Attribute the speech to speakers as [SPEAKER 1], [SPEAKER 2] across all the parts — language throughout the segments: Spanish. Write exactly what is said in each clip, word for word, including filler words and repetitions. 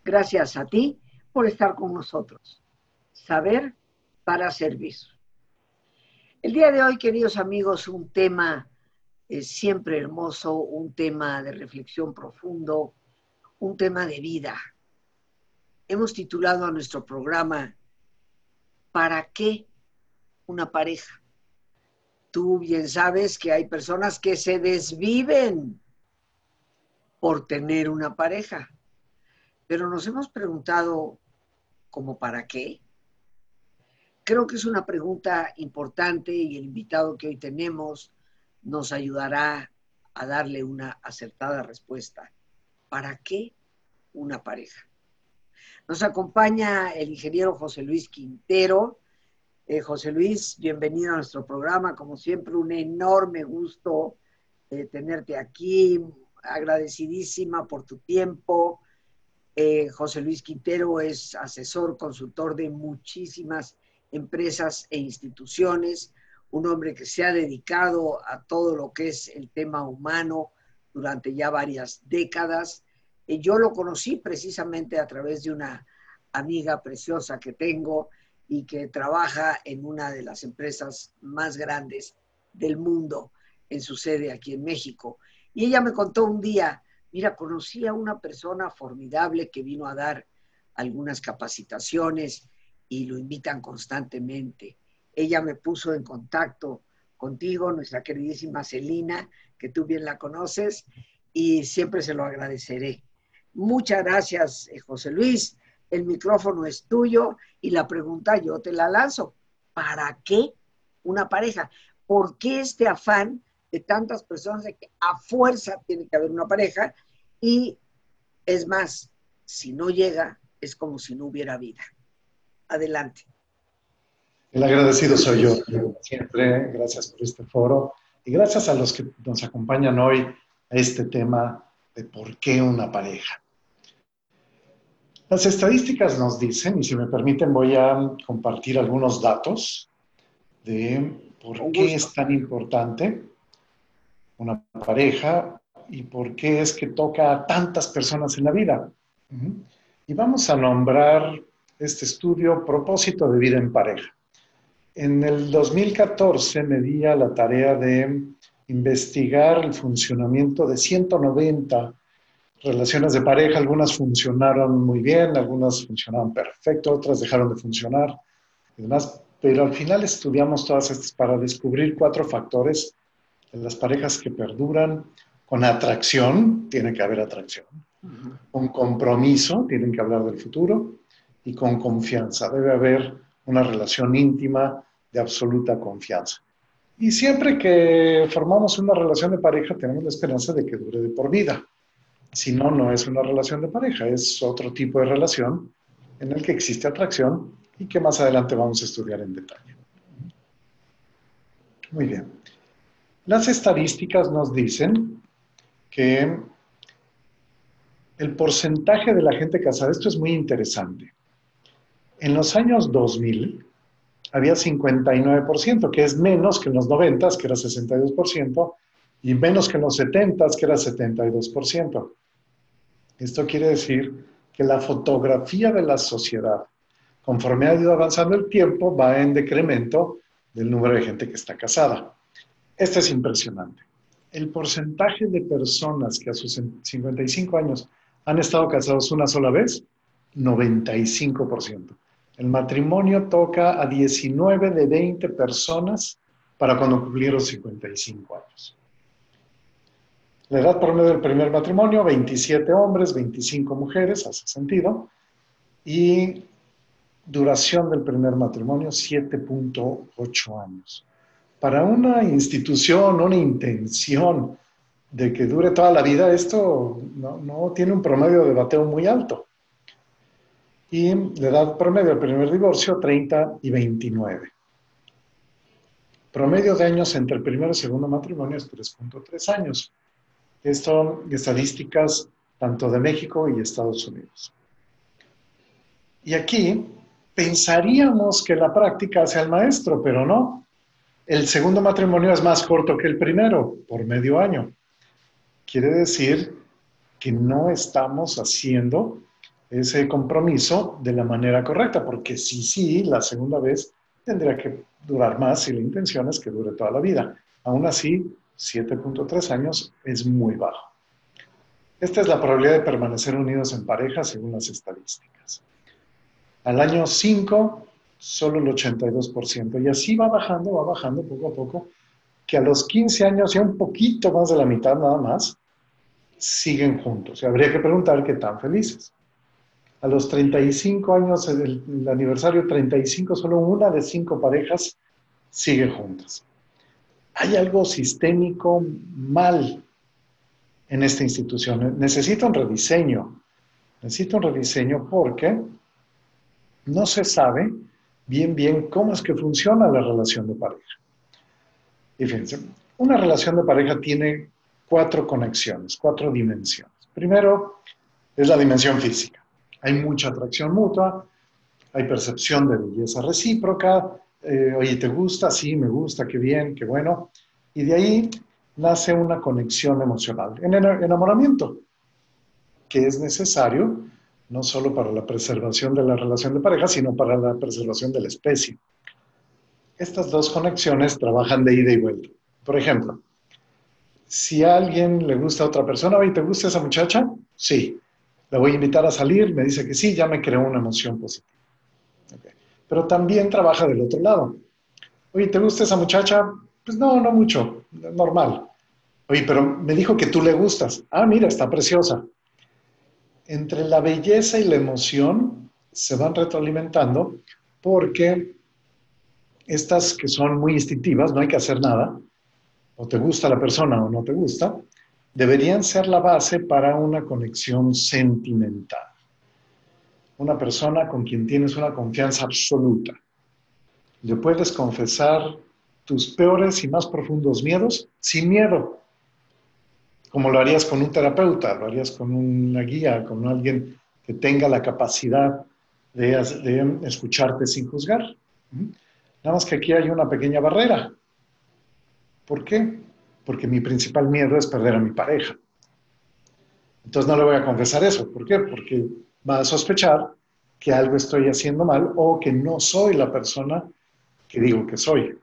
[SPEAKER 1] Gracias a ti por estar con nosotros. Saber para servir. El día de hoy, queridos amigos, un tema eh, siempre hermoso, un tema de reflexión profundo, un tema de vida. Hemos titulado a nuestro programa ¿Para qué una pareja? Tú bien sabes que hay personas que se desviven por tener una pareja, pero nos hemos preguntado ¿cómo para qué? Creo que es una pregunta importante y el invitado que hoy tenemos nos ayudará a darle una acertada respuesta. ¿Para qué una pareja? Nos acompaña el ingeniero José Luis Quintero. Eh, José Luis, bienvenido a nuestro programa. Como siempre, un enorme gusto eh, tenerte aquí. Agradecidísima por tu tiempo. Eh, José Luis Quintero es asesor, consultor de muchísimas empresas e instituciones, un hombre que se ha dedicado a todo lo que es el tema humano durante ya varias décadas. Eh, yo lo conocí precisamente a través de una amiga preciosa que tengo y que trabaja en una de las empresas más grandes del mundo en su sede aquí en México. Y ella me contó un día, mira, conocí a una persona formidable que vino a dar algunas capacitaciones y lo invitan constantemente. Ella me puso en contacto contigo, nuestra queridísima Celina, que tú bien la conoces, y siempre se lo agradeceré. Muchas gracias, José Luis. El micrófono es tuyo y la pregunta yo te la lanzo. ¿Para qué una pareja? ¿Por qué este afán de tantas personas de que a fuerza tiene que haber una pareja? Y es más, si no llega, es como si no hubiera vida. Adelante.
[SPEAKER 2] El agradecido soy yo, siempre. Gracias por este foro y gracias a los que nos acompañan hoy a este tema de por qué una pareja. Las estadísticas nos dicen, y si me permiten voy a compartir algunos datos de por qué es tan importante una pareja y por qué es que toca a tantas personas en la vida. Y vamos a nombrar este estudio Propósito de vida en pareja. En el dos mil catorce me di a la tarea de investigar el funcionamiento de ciento noventa relaciones de pareja. Algunas funcionaron muy bien, algunas funcionaron perfecto, otras dejaron de funcionar y demás. Pero al final estudiamos todas estas para descubrir cuatro factores de las parejas que perduran. Con atracción, tiene que haber atracción. Con compromiso, tienen que hablar del futuro. Y con confianza, debe haber una relación íntima de absoluta confianza. Y siempre que formamos una relación de pareja, tenemos la esperanza de que dure de por vida. Si no, no es una relación de pareja, es otro tipo de relación en el que existe atracción y que más adelante vamos a estudiar en detalle. Muy bien. Las estadísticas nos dicen que el porcentaje de la gente casada, esto es muy interesante. En los años dos mil había cincuenta y nueve por ciento, que es menos que en los noventa, que era sesenta y dos por ciento, y menos que en los setenta, que era setenta y dos por ciento. Esto quiere decir que la fotografía de la sociedad, conforme ha ido avanzando el tiempo, va en decremento del número de gente que está casada. Esto es impresionante. El porcentaje de personas que a sus cincuenta y cinco años han estado casados una sola vez, noventa y cinco por ciento. El matrimonio toca a diecinueve de veinte personas para cuando cumplieron cincuenta y cinco años. La edad promedio del primer matrimonio, veintisiete hombres, veinticinco mujeres, hace sentido. Y duración del primer matrimonio, siete punto ocho años. Para una institución, una intención de que dure toda la vida, esto no, no tiene un promedio de bateo muy alto. Y la edad promedio del primer divorcio, treinta y veintinueve. Promedio de años entre el primero y segundo matrimonio es tres punto tres años. Esto son estadísticas tanto de México y Estados Unidos. Y aquí pensaríamos que la práctica hace al maestro, pero no. El segundo matrimonio es más corto que el primero, por medio año. Quiere decir que no estamos haciendo ese compromiso de la manera correcta, porque sí, sí, la segunda vez tendría que durar más y la intención es que dure toda la vida. Aún así, siete punto tres años es muy bajo. Esta es la probabilidad de permanecer unidos en pareja según las estadísticas. Al año cinco, solo el ochenta y dos por ciento. Y así va bajando, va bajando poco a poco, que a los quince años, ya un poquito más de la mitad nada más, siguen juntos. Y habría que preguntar qué tan felices. A los treinta y cinco años, el, el aniversario treinta y cinco, solo una de cinco parejas sigue juntas. Hay algo sistémico mal en esta institución. Necesita un rediseño. Necesita un rediseño porque no se sabe bien, bien cómo es que funciona la relación de pareja. Y fíjense, una relación de pareja tiene cuatro conexiones, cuatro dimensiones. Primero es la dimensión física. Hay mucha atracción mutua, hay percepción de belleza recíproca, eh, oye, ¿te gusta? Sí, me gusta, qué bien, qué bueno. Y de ahí nace una conexión emocional, en el enamoramiento, que es necesario no solo para la preservación de la relación de pareja, sino para la preservación de la especie. Estas dos conexiones trabajan de ida y vuelta. Por ejemplo, si a alguien le gusta a otra persona, oye, ¿te gusta esa muchacha? Sí. La voy a invitar a salir, me dice que sí, ya me creó una emoción positiva. Okay. Pero también trabaja del otro lado. Oye, ¿te gusta esa muchacha? Pues no, no mucho, normal. Oye, pero me dijo que tú le gustas. Ah, mira, está preciosa. Entre la belleza y la emoción se van retroalimentando porque estas que son muy instintivas, no hay que hacer nada, o te gusta la persona o no te gusta, deberían ser la base para una conexión sentimental. Una persona con quien tienes una confianza absoluta. Le puedes confesar tus peores y más profundos miedos sin miedo, como lo harías con un terapeuta, lo harías con una guía, con alguien que tenga la capacidad de, de escucharte sin juzgar. Nada más que aquí hay una pequeña barrera. ¿Por qué? Porque mi principal miedo es perder a mi pareja. Entonces no le voy a confesar eso. ¿Por qué? Porque va a sospechar que algo estoy haciendo mal o que no soy la persona que digo que soy.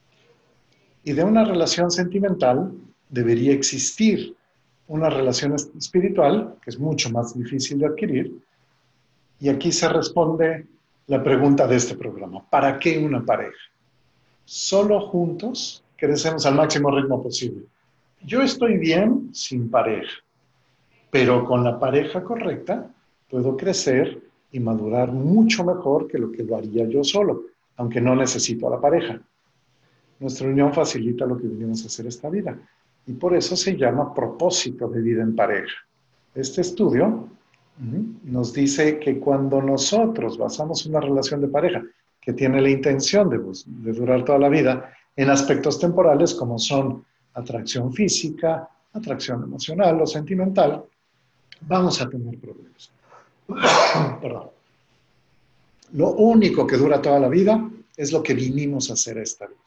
[SPEAKER 2] Y de una relación sentimental debería existir una relación espiritual, que es mucho más difícil de adquirir. Y aquí se responde la pregunta de este programa. ¿Para qué una pareja? Solo juntos crecemos al máximo ritmo posible. Yo estoy bien sin pareja, pero con la pareja correcta puedo crecer y madurar mucho mejor que lo que lo haría yo solo, aunque no necesito a la pareja. Nuestra unión facilita lo que venimos a hacer esta vida. Y por eso se llama propósito de vida en pareja. Este estudio nos dice que cuando nosotros basamos una relación de pareja que tiene la intención de, de durar toda la vida en aspectos temporales como son atracción física, atracción emocional o sentimental, vamos a tener problemas. Perdón. Lo único que dura toda la vida es lo que vinimos a hacer esta vida.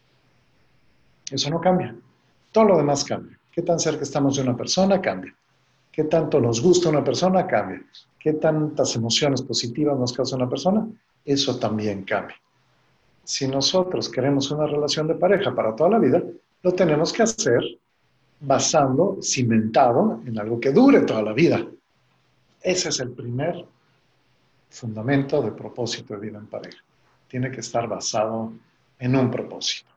[SPEAKER 2] Eso no cambia. Todo lo demás cambia. ¿Qué tan cerca estamos de una persona? Cambia. ¿Qué tanto nos gusta una persona? Cambia. ¿Qué tantas emociones positivas nos causa una persona? Eso también cambia. Si nosotros queremos una relación de pareja para toda la vida, lo tenemos que hacer basando, cimentado en algo que dure toda la vida. Ese es el primer fundamento de propósito de vida en pareja. Tiene que estar basado en un propósito.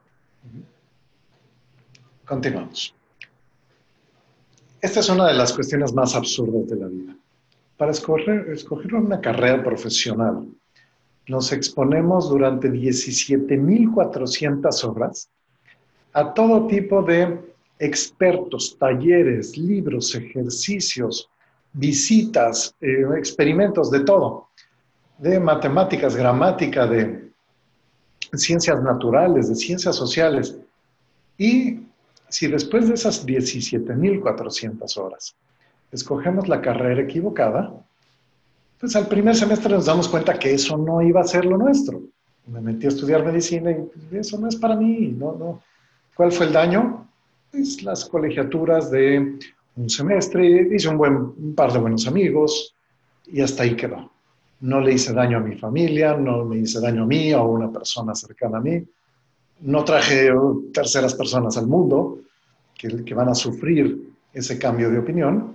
[SPEAKER 2] Continuamos. Esta es una de las cuestiones más absurdas de la vida. Para escoger, escoger una carrera profesional, nos exponemos durante diecisiete mil cuatrocientas horas a todo tipo de expertos, talleres, libros, ejercicios, visitas, eh, experimentos, de todo, de matemáticas, gramática, de ciencias naturales, de ciencias sociales. Y si después de esas diecisiete mil cuatrocientas horas escogemos la carrera equivocada, pues al primer semestre nos damos cuenta que eso no iba a ser lo nuestro. Me metí a estudiar medicina y pues, eso no es para mí. No, no. ¿Cuál fue el daño? Pues las colegiaturas de un semestre, hice un, buen, un par de buenos amigos, y hasta ahí quedó. No le hice daño a mi familia, no me hice daño a mí o a una persona cercana a mí. No traje terceras personas al mundo que, que van a sufrir ese cambio de opinión.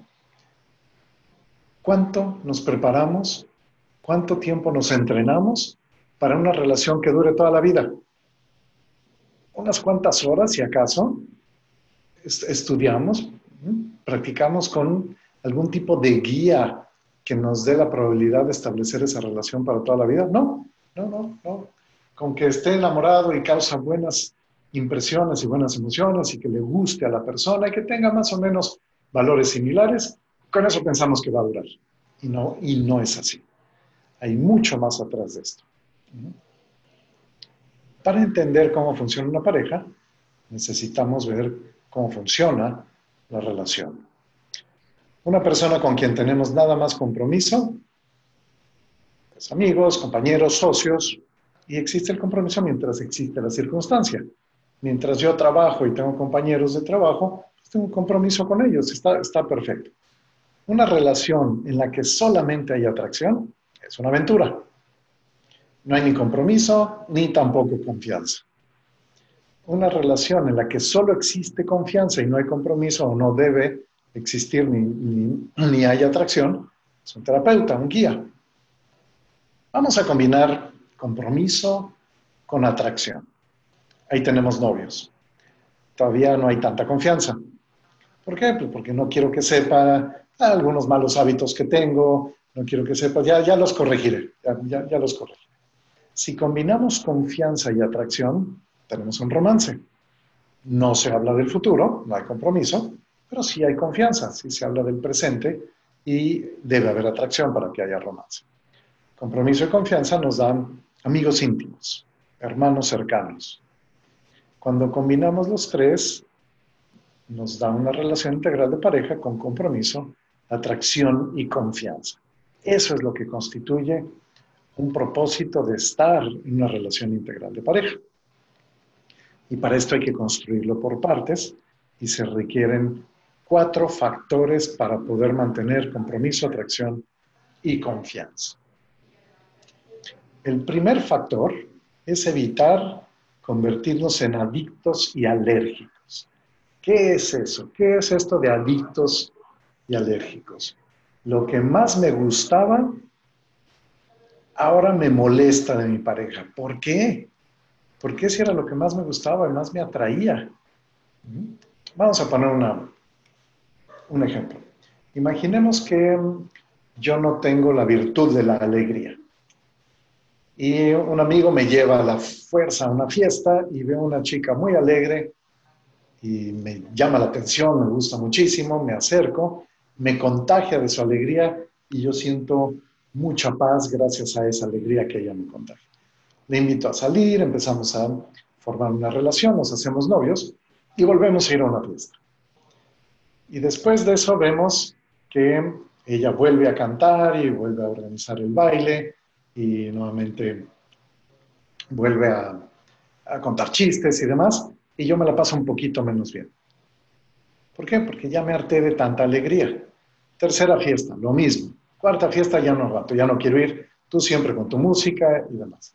[SPEAKER 2] ¿Cuánto nos preparamos? ¿Cuánto tiempo nos entrenamos para una relación que dure toda la vida? Unas cuantas horas, si acaso, estudiamos, practicamos con algún tipo de guía que nos dé la probabilidad de establecer esa relación para toda la vida. No, no, no, no. Con que esté enamorado y causa buenas impresiones y buenas emociones y que le guste a la persona y que tenga más o menos valores similares, con eso pensamos que va a durar. Y no, y no es así. Hay mucho más atrás de esto. Para entender cómo funciona una pareja, necesitamos ver cómo funciona la relación. Una persona con quien tenemos nada más compromiso, pues amigos, compañeros, socios, y existe el compromiso mientras existe la circunstancia. Mientras yo trabajo y tengo compañeros de trabajo, pues tengo un compromiso con ellos, está, está perfecto. Una relación en la que solamente hay atracción es una aventura. No hay ni compromiso, ni tampoco confianza. Una relación en la que solo existe confianza y no hay compromiso o no debe existir ni, ni, ni hay atracción, es un terapeuta, un guía. Vamos a combinar compromiso con atracción. Ahí tenemos novios. Todavía no hay tanta confianza. ¿Por qué? Pues porque no quiero que sepa algunos malos hábitos que tengo, no quiero que sepa, ya, ya los corregiré, ya, ya, ya los corregiré. Si combinamos confianza y atracción, tenemos un romance. No se habla del futuro, no hay compromiso, pero sí hay confianza, sí se habla del presente y debe haber atracción para que haya romance. Compromiso y confianza nos dan amigos íntimos, hermanos cercanos. Cuando combinamos los tres, nos da una relación integral de pareja con compromiso, atracción y confianza. Eso es lo que constituye un propósito de estar en una relación integral de pareja. Y para esto hay que construirlo por partes y se requieren cuatro factores para poder mantener compromiso, atracción y confianza. El primer factor es evitar convertirnos en adictos y alérgicos. ¿Qué es eso? ¿Qué es esto de adictos y alérgicos? Lo que más me gustaba, ahora me molesta de mi pareja. ¿Por qué? ¿Por qué si era lo que más me gustaba y más me atraía? Vamos a poner una, un ejemplo. Imaginemos que yo no tengo la virtud de la alegría. Y un amigo me lleva a la fuerza a una fiesta y veo una chica muy alegre y me llama la atención, me gusta muchísimo, me acerco, me contagia de su alegría y yo siento mucha paz gracias a esa alegría que ella me contagia. Le invito a salir, empezamos a formar una relación, nos hacemos novios y volvemos a ir a una fiesta. Y después de eso vemos que ella vuelve a cantar y vuelve a organizar el baile y nuevamente vuelve a, a contar chistes y demás, y yo me la paso un poquito menos bien. ¿Por qué? Porque ya me harté de tanta alegría. Tercera fiesta, lo mismo. Cuarta fiesta, ya no aguanto, ya no quiero ir, tú siempre con tu música y demás.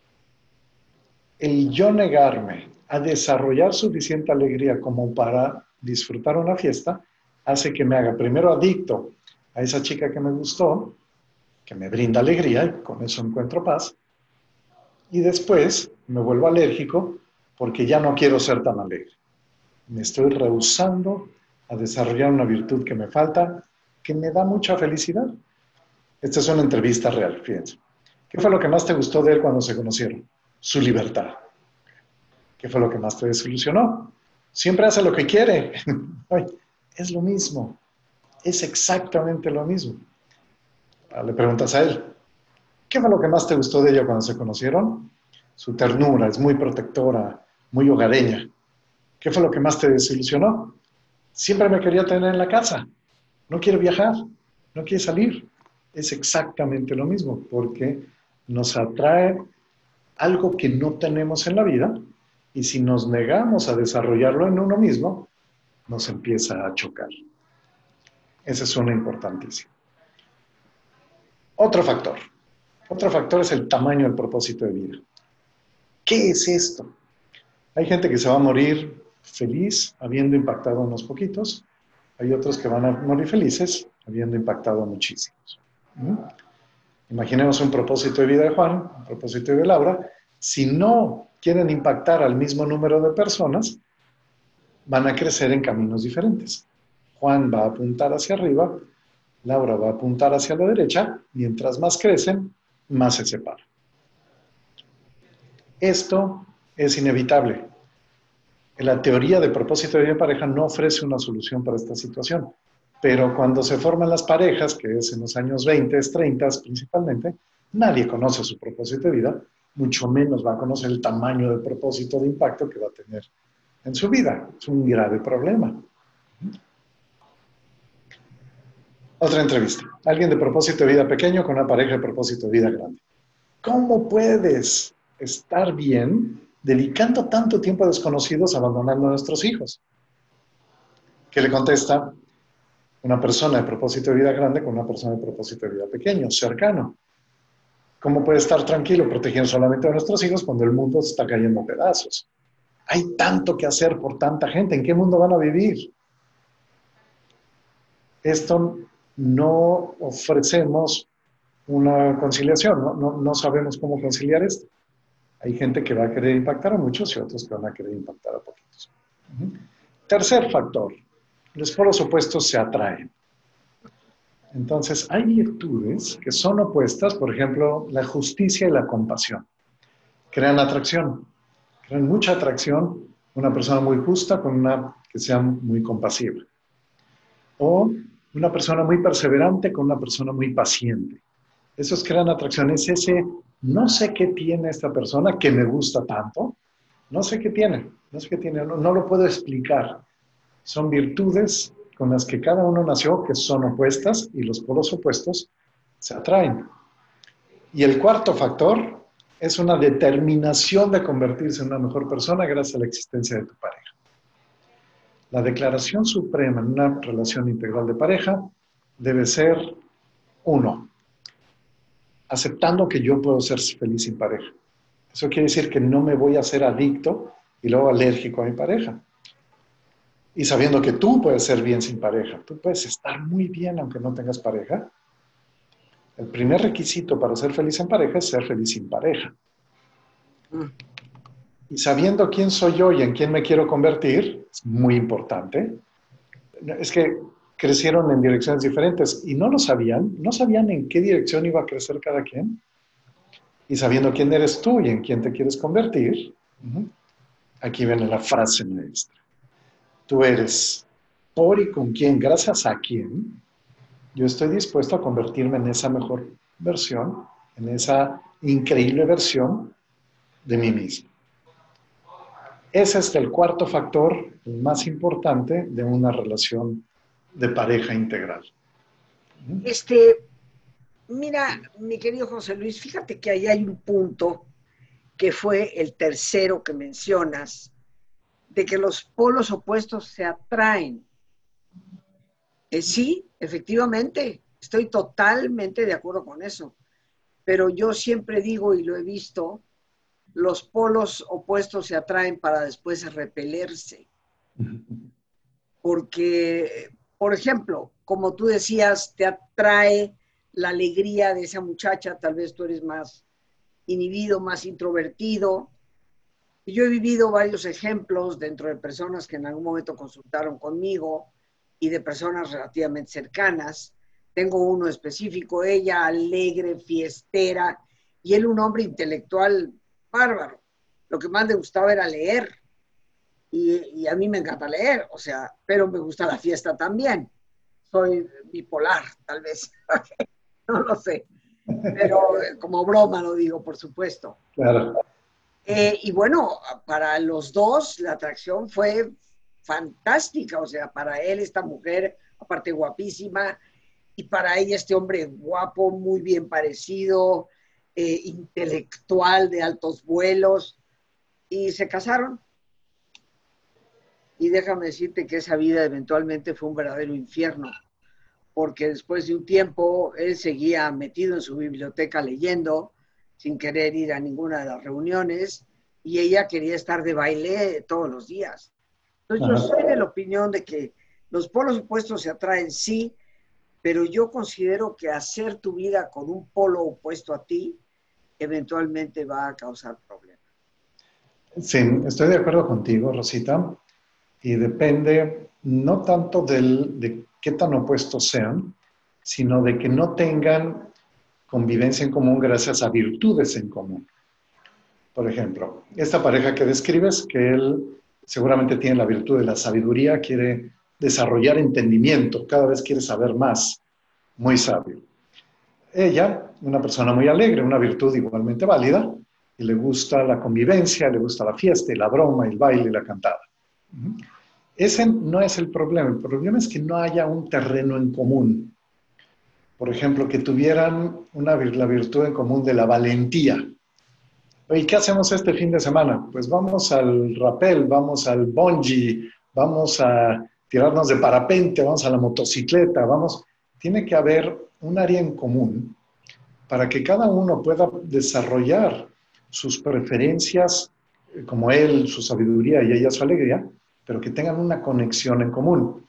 [SPEAKER 2] El yo negarme a desarrollar suficiente alegría como para disfrutar una fiesta hace que me haga primero adicto a esa chica que me gustó, que me brinda alegría y con eso encuentro paz, y después me vuelvo alérgico porque ya no quiero ser tan alegre. Me estoy rehusando a desarrollar una virtud que me falta, que me da mucha felicidad. Esta es una entrevista real, fíjense. ¿Qué fue lo que más te gustó de él cuando se conocieron? Su libertad. ¿Qué fue lo que más te desilusionó? Siempre hace lo que quiere. Es lo mismo. Es exactamente lo mismo. Le preguntas a él, ¿qué fue lo que más te gustó de ella cuando se conocieron? Su ternura, es muy protectora, muy hogareña. ¿Qué fue lo que más te desilusionó? Siempre me quería tener en la casa. No quiere viajar, no quiere salir. Es exactamente lo mismo, porque nos atrae algo que no tenemos en la vida y si nos negamos a desarrollarlo en uno mismo, nos empieza a chocar. Esa es una importantísima. Otro factor. Otro factor es el tamaño del propósito de vida. ¿Qué es esto? Hay gente que se va a morir feliz habiendo impactado a unos poquitos. Hay otros que van a morir felices habiendo impactado a muchísimos. ¿Mm? Imaginemos un propósito de vida de Juan, un propósito de vida de Laura. Si no quieren impactar al mismo número de personas, van a crecer en caminos diferentes. Juan va a apuntar hacia arriba, Laura va a apuntar hacia la derecha. Mientras más crecen, más se separan. Esto es inevitable. La teoría de propósito de vida en pareja no ofrece una solución para esta situación. Pero cuando se forman las parejas, que es en los años veinte, treinta principalmente, nadie conoce su propósito de vida, mucho menos va a conocer el tamaño del propósito de impacto que va a tener en su vida. Es un grave problema. Otra entrevista. Alguien de propósito de vida pequeño con una pareja de propósito de vida grande. ¿Cómo puedes estar bien dedicando tanto tiempo a desconocidos abandonando a nuestros hijos? ¿Qué le contesta? Una persona de propósito de vida grande con una persona de propósito de vida pequeño, cercano. ¿Cómo puede estar tranquilo protegiendo solamente a nuestros hijos cuando el mundo se está cayendo a pedazos? Hay tanto que hacer por tanta gente. ¿En qué mundo van a vivir? Esto no ofrecemos una conciliación, ¿no? No, no sabemos cómo conciliar esto. Hay gente que va a querer impactar a muchos y otros que van a querer impactar a poquitos. Uh-huh. Tercer factor, los polos opuestos se atraen. Entonces, hay virtudes que son opuestas, por ejemplo, la justicia y la compasión. Crean atracción, crean mucha atracción una persona muy justa con una que sea muy compasiva. O una persona muy perseverante con una persona muy paciente. Esos crean atracción. Es ese, no sé qué tiene esta persona que me gusta tanto, no sé qué tiene, no sé qué tiene, no, no lo puedo explicar. Son virtudes con las que cada uno nació, que son opuestas, y los polos opuestos se atraen. Y el cuarto factor es una determinación de convertirse en una mejor persona gracias a la existencia de tu pareja. La declaración suprema en una relación integral de pareja debe ser, uno, aceptando que yo puedo ser feliz sin pareja. Eso quiere decir que no me voy a hacer adicto y luego alérgico a mi pareja. Y sabiendo que tú puedes ser bien sin pareja, tú puedes estar muy bien aunque no tengas pareja. El primer requisito para ser feliz en pareja es ser feliz sin pareja. Y sabiendo quién soy yo y en quién me quiero convertir, es muy importante. Es que crecieron en direcciones diferentes y no lo sabían, no sabían en qué dirección iba a crecer cada quien. Y sabiendo quién eres tú y en quién te quieres convertir, aquí viene la frase maestra. Tú eres por y con quién, gracias a quién, yo estoy dispuesto a convertirme en esa mejor versión, en esa increíble versión de mí mismo. Ese es el cuarto factor, el más importante de una relación de pareja integral.
[SPEAKER 1] Este, mira, mi querido José Luis, fíjate que ahí hay un punto que fue el tercero que mencionas, de que los polos opuestos se atraen. Eh, sí, efectivamente, estoy totalmente de acuerdo con eso, pero yo siempre digo y lo he visto, los polos opuestos se atraen para después repelerse. Porque, por ejemplo, como tú decías, te atrae la alegría de esa muchacha, tal vez tú eres más inhibido, más introvertido. Yo he vivido varios ejemplos dentro de personas que en algún momento consultaron conmigo y de personas relativamente cercanas. Tengo uno específico, ella alegre, fiestera, y él un hombre intelectual bárbaro. Lo que más le gustaba era leer. Y, y a mí me encanta leer, o sea, pero me gusta la fiesta también. Soy bipolar, tal vez. No lo sé. Pero como broma lo digo, por supuesto.
[SPEAKER 2] Claro.
[SPEAKER 1] Eh, y bueno, para los dos la atracción fue fantástica, o sea, para él esta mujer, aparte guapísima, y para ella este hombre guapo, muy bien parecido, eh, intelectual de altos vuelos, y se casaron. Y déjame decirte que esa vida eventualmente fue un verdadero infierno, porque después de un tiempo él seguía metido en su biblioteca leyendo, sin querer ir a ninguna de las reuniones, y ella quería estar de baile todos los días. Entonces yo soy de la opinión de que los polos opuestos se atraen, sí, pero yo considero que hacer tu vida con un polo opuesto a ti eventualmente va a causar problemas.
[SPEAKER 2] Sí, estoy de acuerdo contigo, Rosita, y depende no tanto del, de qué tan opuestos sean, sino de que no tengan convivencia en común gracias a virtudes en común. Por ejemplo, esta pareja que describes, que él seguramente tiene la virtud de la sabiduría, quiere desarrollar entendimiento, cada vez quiere saber más, muy sabio. Ella, una persona muy alegre, una virtud igualmente válida, y le gusta la convivencia, le gusta la fiesta, y la broma, el baile y la cantada. Ese no es el problema, el problema es que no haya un terreno en común. Por ejemplo, que tuvieran una, la virtud en común de la valentía. ¿Y qué hacemos este fin de semana? Pues vamos al rappel, vamos al bungee, vamos a tirarnos de parapente, vamos a la motocicleta, vamos... Tiene que haber un área en común para que cada uno pueda desarrollar sus preferencias, como él, su sabiduría y ella su alegría, pero que tengan una conexión en común.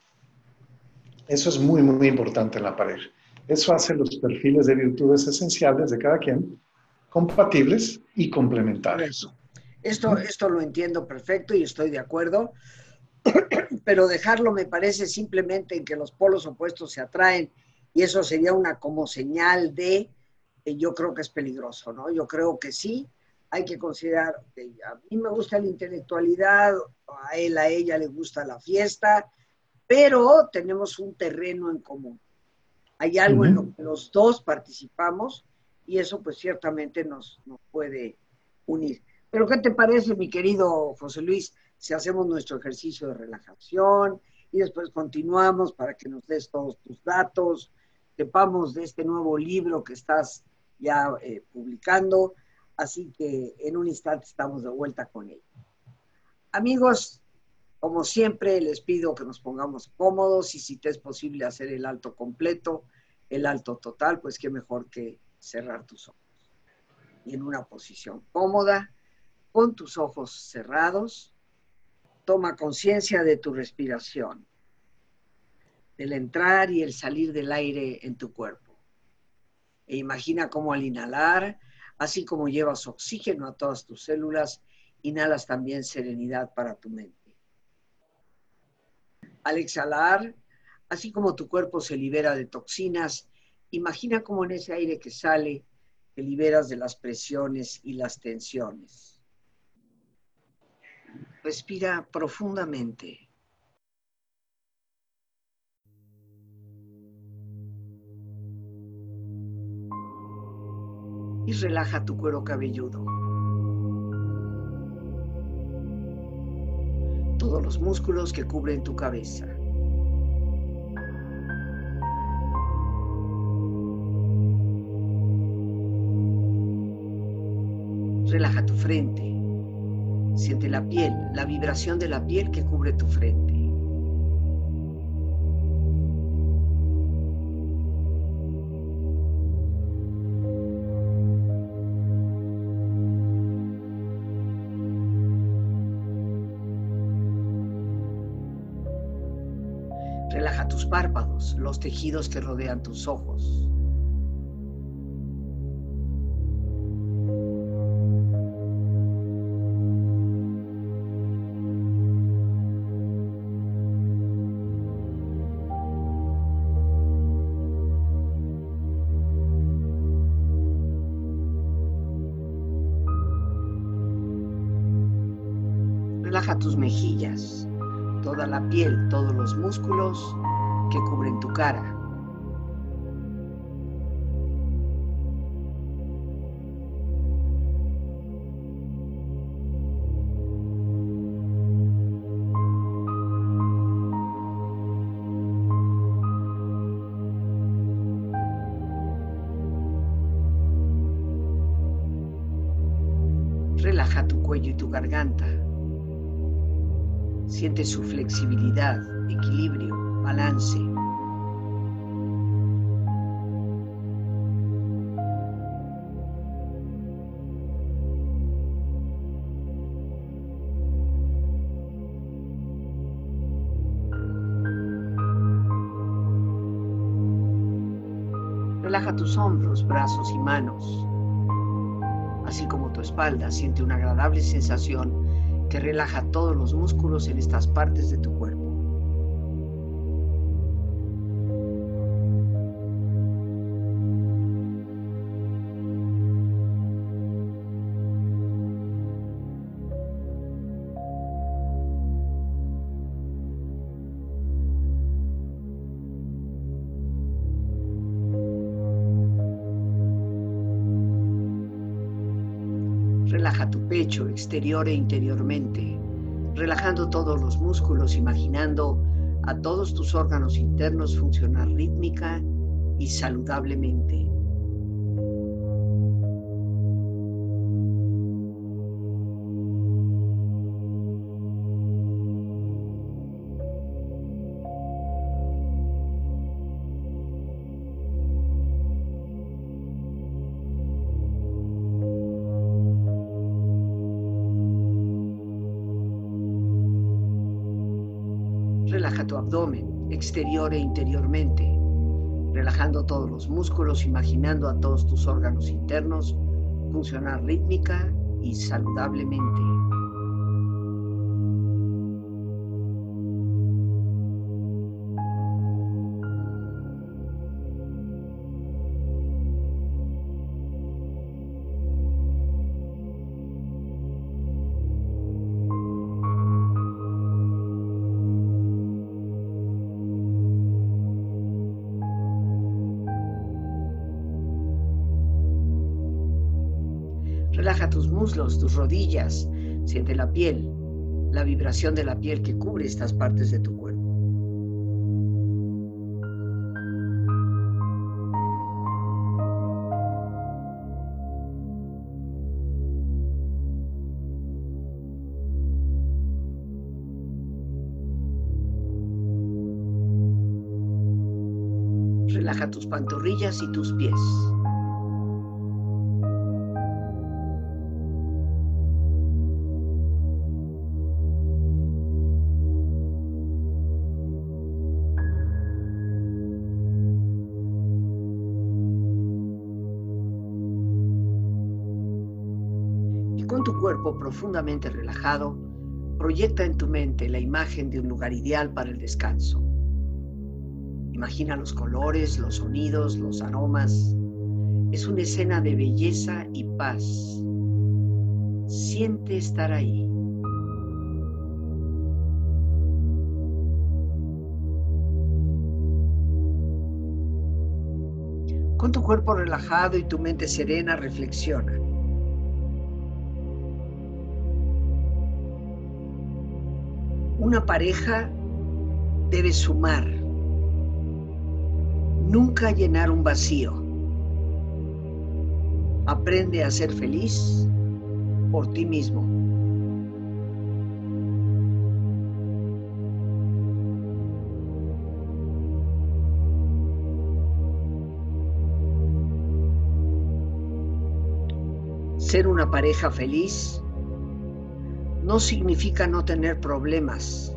[SPEAKER 2] Eso es muy, muy importante en la pareja. Eso hace los perfiles de virtudes esenciales de cada quien compatibles y complementarios.
[SPEAKER 1] Esto, esto lo entiendo perfecto y estoy de acuerdo, pero dejarlo me parece simplemente en que los polos opuestos se atraen y eso sería una como señal de, eh, yo creo que es peligroso, ¿no? Yo creo que sí, hay que considerar, que a mí me gusta la intelectualidad, a él, a ella le gusta la fiesta, pero tenemos un terreno en común. Hay algo uh-huh. en lo que los dos participamos y eso pues ciertamente nos, nos puede unir. Pero ¿qué te parece, mi querido José Luis, si hacemos nuestro ejercicio de relajación y después continuamos para que nos des todos tus datos, sepamos de este nuevo libro que estás ya eh, publicando, así que en un instante estamos de vuelta con él. Amigos, como siempre, les pido que nos pongamos cómodos y si te es posible hacer el alto completo, el alto total, pues qué mejor que cerrar tus ojos. Y en una posición cómoda, con tus ojos cerrados, toma conciencia de tu respiración, del entrar y el salir del aire en tu cuerpo. E imagina cómo al inhalar, así como llevas oxígeno a todas tus células, inhalas también serenidad para tu mente. Al exhalar, así como tu cuerpo se libera de toxinas, imagina cómo en ese aire que sale te liberas de las presiones y las tensiones. Respira profundamente. Y relaja tu cuero cabelludo. Todos los músculos que cubren tu cabeza. Relaja tu frente. Siente la piel, la vibración de la piel que cubre tu frente. Relaja tus párpados, los tejidos que rodean tus ojos. Relaja tus mejillas, toda la piel, todos los músculos que cubren tu cara. Relaja tu cuello y tu garganta. Siente su flexibilidad, equilibrio, balance. Relaja tus hombros, brazos y manos, así como tu espalda. Siente una agradable sensación que relaja todos los músculos en estas partes de tu cuerpo. Relaja tu pecho exterior e interiormente, relajando todos los músculos, imaginando a todos tus órganos internos funcionar rítmica y saludablemente. Relaja tu abdomen, exterior e interiormente, relajando todos los músculos, imaginando a todos tus órganos internos funcionar rítmica y saludablemente. Relaja tus muslos, tus rodillas, siente la piel, la vibración de la piel que cubre estas partes de tu cuerpo. Relaja tus pantorrillas y tus pies. Con tu cuerpo profundamente relajado, proyecta en tu mente la imagen de un lugar ideal para el descanso. Imagina los colores, los sonidos, los aromas. Es una escena de belleza y paz. Siente estar ahí. Con tu cuerpo relajado y tu mente serena, reflexiona. Una pareja debe sumar, nunca llenar un vacío. Aprende a ser feliz por ti mismo. Ser una pareja feliz no significa no tener problemas,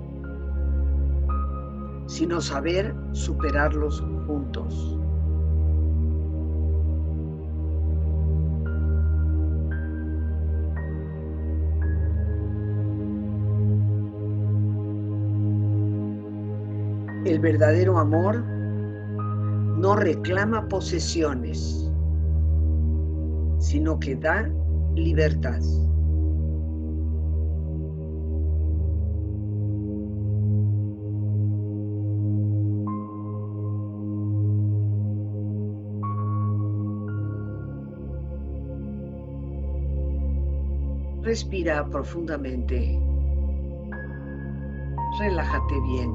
[SPEAKER 1] sino saber superarlos juntos. El verdadero amor no reclama posesiones, sino que da libertad. Respira profundamente. Relájate bien.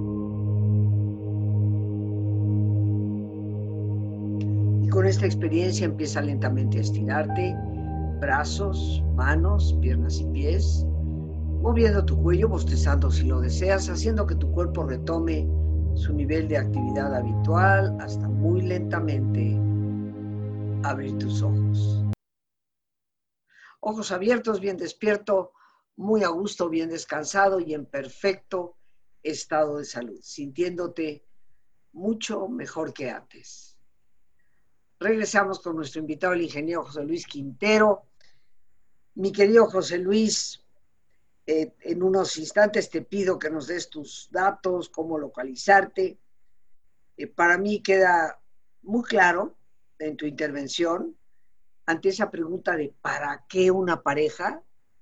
[SPEAKER 1] Y con esta experiencia empieza lentamente a estirarte, brazos, manos, piernas y pies, moviendo tu cuello, bostezando si lo deseas, haciendo que tu cuerpo retome su nivel de actividad habitual hasta muy lentamente abrir tus ojos. Ojos abiertos, bien despierto, muy a gusto, bien descansado y en perfecto estado de salud, sintiéndote mucho mejor que antes. Regresamos con nuestro invitado, el ingeniero José Luis Quintero. Mi querido José Luis, eh, en unos instantes te pido que nos des tus datos, cómo localizarte. Eh, para mí queda muy claro en tu intervención, ante esa pregunta de ¿para qué una pareja?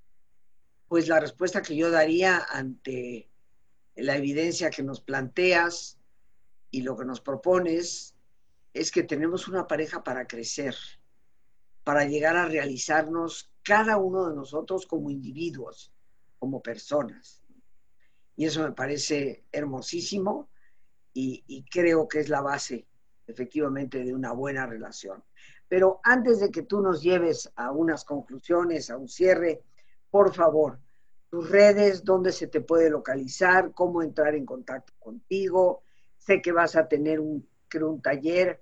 [SPEAKER 1] Pues la respuesta que yo daría ante la evidencia que nos planteas y lo que nos propones es que tenemos una pareja para crecer, para llegar a realizarnos cada uno de nosotros como individuos, como personas. Y eso me parece hermosísimo y, y creo que es la base, efectivamente, de una buena relación. Pero antes de que tú nos lleves a unas conclusiones, a un cierre, por favor, tus redes, dónde se te puede localizar, cómo entrar en contacto contigo. Sé que vas a tener un, creo, un taller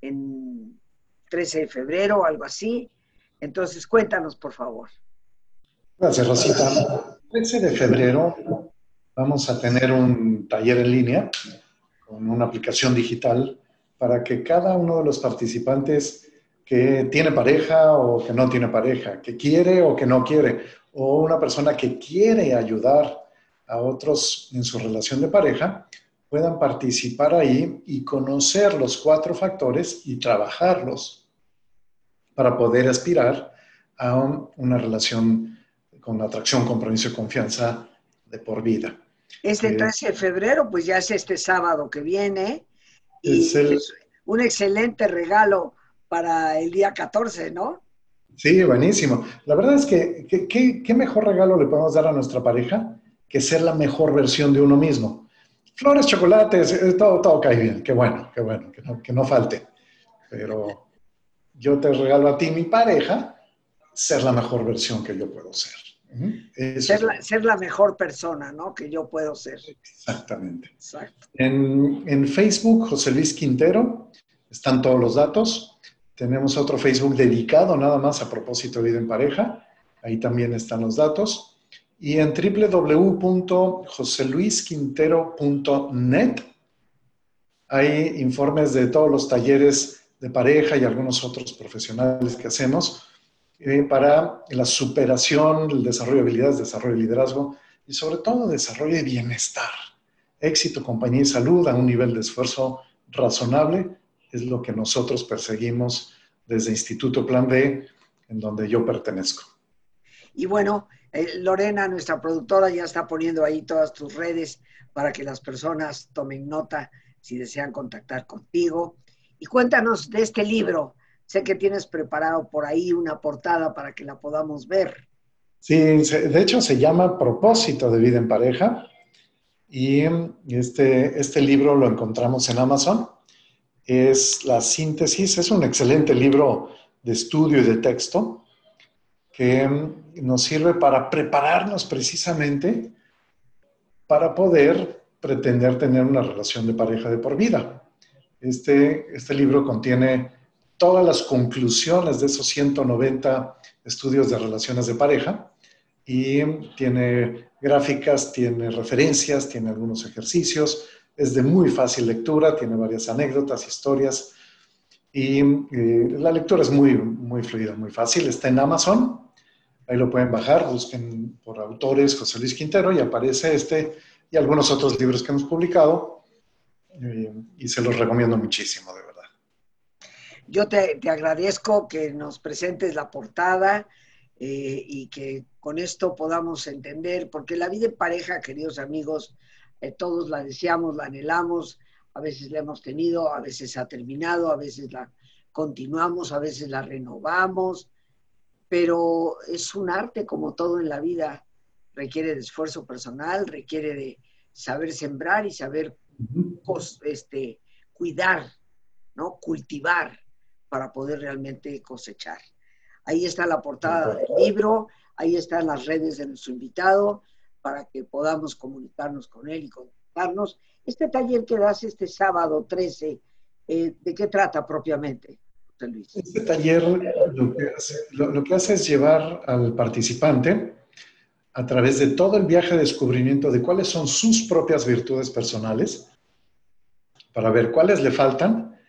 [SPEAKER 1] en trece de febrero o algo así. Entonces, cuéntanos, por favor.
[SPEAKER 2] Gracias, Rosita. trece de febrero vamos a tener un taller en línea con una aplicación digital para que cada uno de los participantes que tiene pareja o que no tiene pareja, que quiere o que no quiere, o una persona que quiere ayudar a otros en su relación de pareja, puedan participar ahí y conocer los cuatro factores y trabajarlos para poder aspirar a un, una relación con atracción, compromiso y confianza de por vida.
[SPEAKER 1] Este trece de febrero, pues ya es este sábado que viene, y
[SPEAKER 2] es, el,
[SPEAKER 1] es un excelente regalo para el día catorce, ¿no?
[SPEAKER 2] Sí, buenísimo. La verdad es que, ¿qué mejor regalo le podemos dar a nuestra pareja que ser la mejor versión de uno mismo? Flores, chocolates, todo, todo cae bien. Qué bueno, qué bueno, que no, que no falte. Pero yo te regalo a ti, mi pareja, ser la mejor versión que yo puedo ser.
[SPEAKER 1] Ser la, ser la mejor persona, ¿no? Que yo puedo ser.
[SPEAKER 2] Exactamente.
[SPEAKER 1] Exacto.
[SPEAKER 2] En, en Facebook, José Luis Quintero, están todos los datos. Tenemos otro Facebook dedicado nada más a propósito de vida en pareja. Ahí también están los datos. Y en w w w punto jose luis quintero punto net hay informes de todos los talleres de pareja y algunos otros profesionales que hacemos eh, para la superación, el desarrollo de habilidades, desarrollo de liderazgo y sobre todo desarrollo de bienestar. Éxito, compañía y salud a un nivel de esfuerzo razonable es lo que nosotros perseguimos desde Instituto Plan B, en donde yo pertenezco.
[SPEAKER 1] Y bueno, eh, Lorena, nuestra productora, ya está poniendo ahí todas tus redes para que las personas tomen nota si desean contactar contigo. Y cuéntanos de este libro. Sé que tienes preparado por ahí una portada para que la podamos ver.
[SPEAKER 2] Sí, de hecho se llama Propósito de vida en pareja. Y este, este libro lo encontramos en Amazon. Es la síntesis, es un excelente libro de estudio y de texto que nos sirve para prepararnos precisamente para poder pretender tener una relación de pareja de por vida. Este, este libro contiene todas las conclusiones de esos ciento noventa estudios de relaciones de pareja y tiene gráficas, tiene referencias, tiene algunos ejercicios, es de muy fácil lectura, tiene varias anécdotas, historias y eh, la lectura es muy, muy fluida, muy fácil. Está en Amazon, ahí lo pueden bajar, busquen por autores José Luis Quintero y aparece este y algunos otros libros que hemos publicado eh, y se los recomiendo muchísimo, de verdad.
[SPEAKER 1] Yo te, te agradezco que nos presentes la portada eh, y que con esto podamos entender, porque la vida en pareja, queridos amigos, eh, todos la deseamos, la anhelamos, a veces la hemos tenido, a veces ha terminado, a veces la continuamos, a veces la renovamos, pero es un arte como todo en la vida, requiere de esfuerzo personal, requiere de saber sembrar y saber este, cuidar, ¿no? Cultivar para poder realmente cosechar. Ahí está la portada del libro, ahí están las redes de nuestro invitado para que podamos comunicarnos con él y contactarnos. Este taller que das este sábado trece, eh, ¿de qué trata propiamente, José Luis?
[SPEAKER 2] Este taller lo que, hace, lo, lo que hace es llevar al participante a través de todo el viaje de descubrimiento de cuáles son sus propias virtudes personales, para ver cuáles le faltan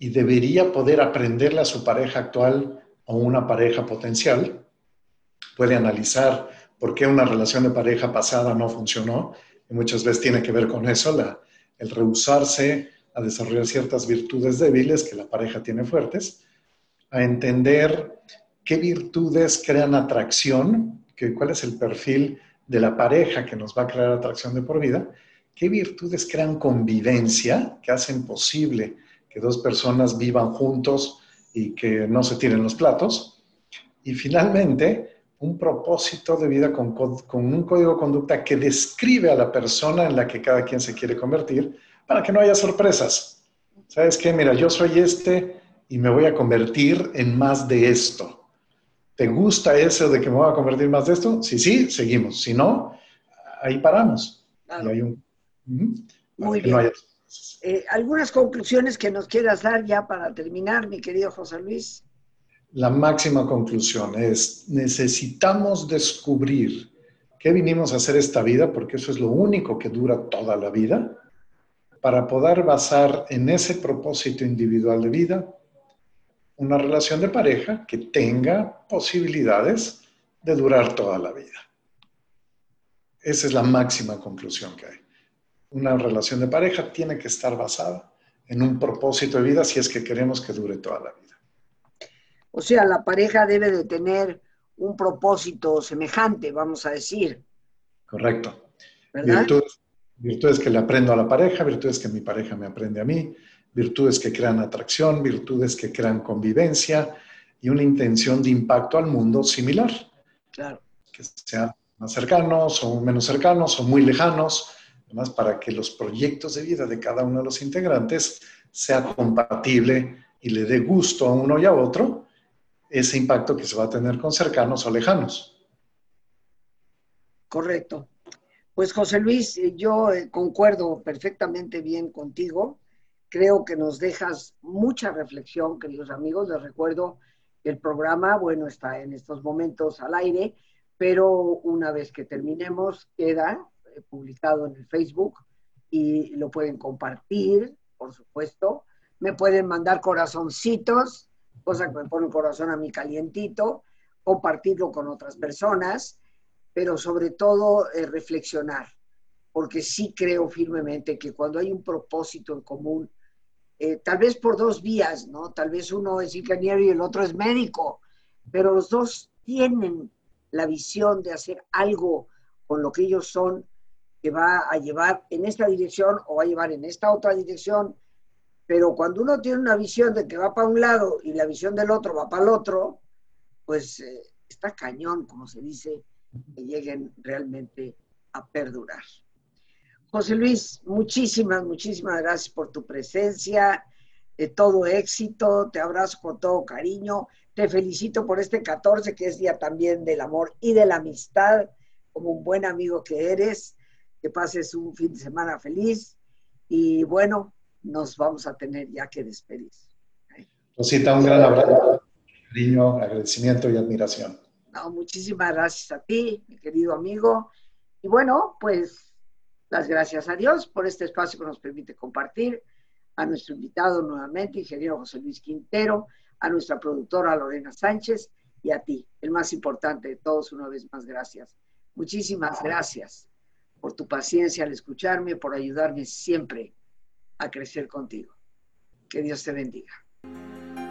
[SPEAKER 2] y debería poder aprenderle a su pareja actual o una pareja potencial. Puede analizar por qué una relación de pareja pasada no funcionó, y muchas veces tiene que ver con eso, la, el rehusarse a desarrollar ciertas virtudes débiles que la pareja tiene fuertes, a entender qué virtudes crean atracción, que, cuál es el perfil de la pareja que nos va a crear atracción de por vida, qué virtudes crean convivencia, que hacen posible que dos personas vivan juntos y que no se tiren los platos, y finalmente un propósito de vida con, con un código de conducta que describe a la persona en la que cada quien se quiere convertir, para que no haya sorpresas. ¿Sabes qué? Mira, yo soy este y me voy a convertir en más de esto. ¿Te gusta eso de que me voy a convertir en más de esto? Si sí, seguimos. Si no, ahí paramos.
[SPEAKER 1] Claro.
[SPEAKER 2] Y hay un... Uh-huh, para
[SPEAKER 1] Muy
[SPEAKER 2] que
[SPEAKER 1] bien.
[SPEAKER 2] no haya sorpresas.
[SPEAKER 1] Eh, ¿Algunas conclusiones que nos quieras dar ya para terminar, mi querido José Luis?
[SPEAKER 2] La máxima conclusión es, necesitamos descubrir qué vinimos a hacer esta vida, porque eso es lo único que dura toda la vida, para poder basar en ese propósito individual de vida una relación de pareja que tenga posibilidades de durar toda la vida. Esa es la máxima conclusión que hay. Una relación de pareja tiene que estar basada en un propósito de vida si es que queremos que dure toda la vida.
[SPEAKER 1] O sea, la pareja debe de tener un propósito semejante, vamos a decir.
[SPEAKER 2] Correcto.
[SPEAKER 1] ¿Verdad?
[SPEAKER 2] Virtudes, virtudes que le aprendo a la pareja, virtudes que mi pareja me aprende a mí, virtudes que crean atracción, virtudes que crean convivencia y una intención de impacto al mundo similar.
[SPEAKER 1] Claro.
[SPEAKER 2] Que sean más cercanos o menos cercanos o muy lejanos, además para que los proyectos de vida de cada uno de los integrantes sea compatible y le dé gusto a uno y a otro ese impacto que se va a tener con cercanos o lejanos.
[SPEAKER 1] Correcto. Pues José Luis, yo concuerdo perfectamente bien contigo. Creo que nos dejas mucha reflexión, queridos amigos. Les recuerdo que el programa, bueno, está en estos momentos al aire, pero una vez que terminemos, queda eh, publicado en el Facebook y lo pueden compartir, por supuesto. Me pueden mandar corazoncitos, cosa que me pone el corazón a mí calientito, compartirlo con otras personas, pero sobre todo eh, reflexionar, porque sí creo firmemente que cuando hay un propósito en común, eh, tal vez por dos vías, ¿no? Tal vez uno es ingeniero y el otro es médico, pero los dos tienen la visión de hacer algo con lo que ellos son, que va a llevar en esta dirección o va a llevar en esta otra dirección, pero cuando uno tiene una visión de que va para un lado y la visión del otro va para el otro, pues eh, está cañón, como se dice, que lleguen realmente a perdurar. José Luis, muchísimas, muchísimas gracias por tu presencia, de todo éxito, te abrazo con todo cariño, te felicito por este catorce, que es día también del amor y de la amistad, como un buen amigo que eres, que pases un fin de semana feliz y bueno, nos vamos a tener ya que despedir.
[SPEAKER 2] Rosita, un gran abrazo, cariño, agradecimiento y admiración.
[SPEAKER 1] No, muchísimas gracias a ti, mi querido amigo. Y bueno, pues las gracias a Dios por este espacio que nos permite compartir, a nuestro invitado nuevamente, ingeniero José Luis Quintero, a nuestra productora Lorena Sánchez y a ti, el más importante de todos, una vez más, gracias. Muchísimas gracias por tu paciencia al escucharme, por ayudarme siempre a crecer contigo. Que Dios te bendiga.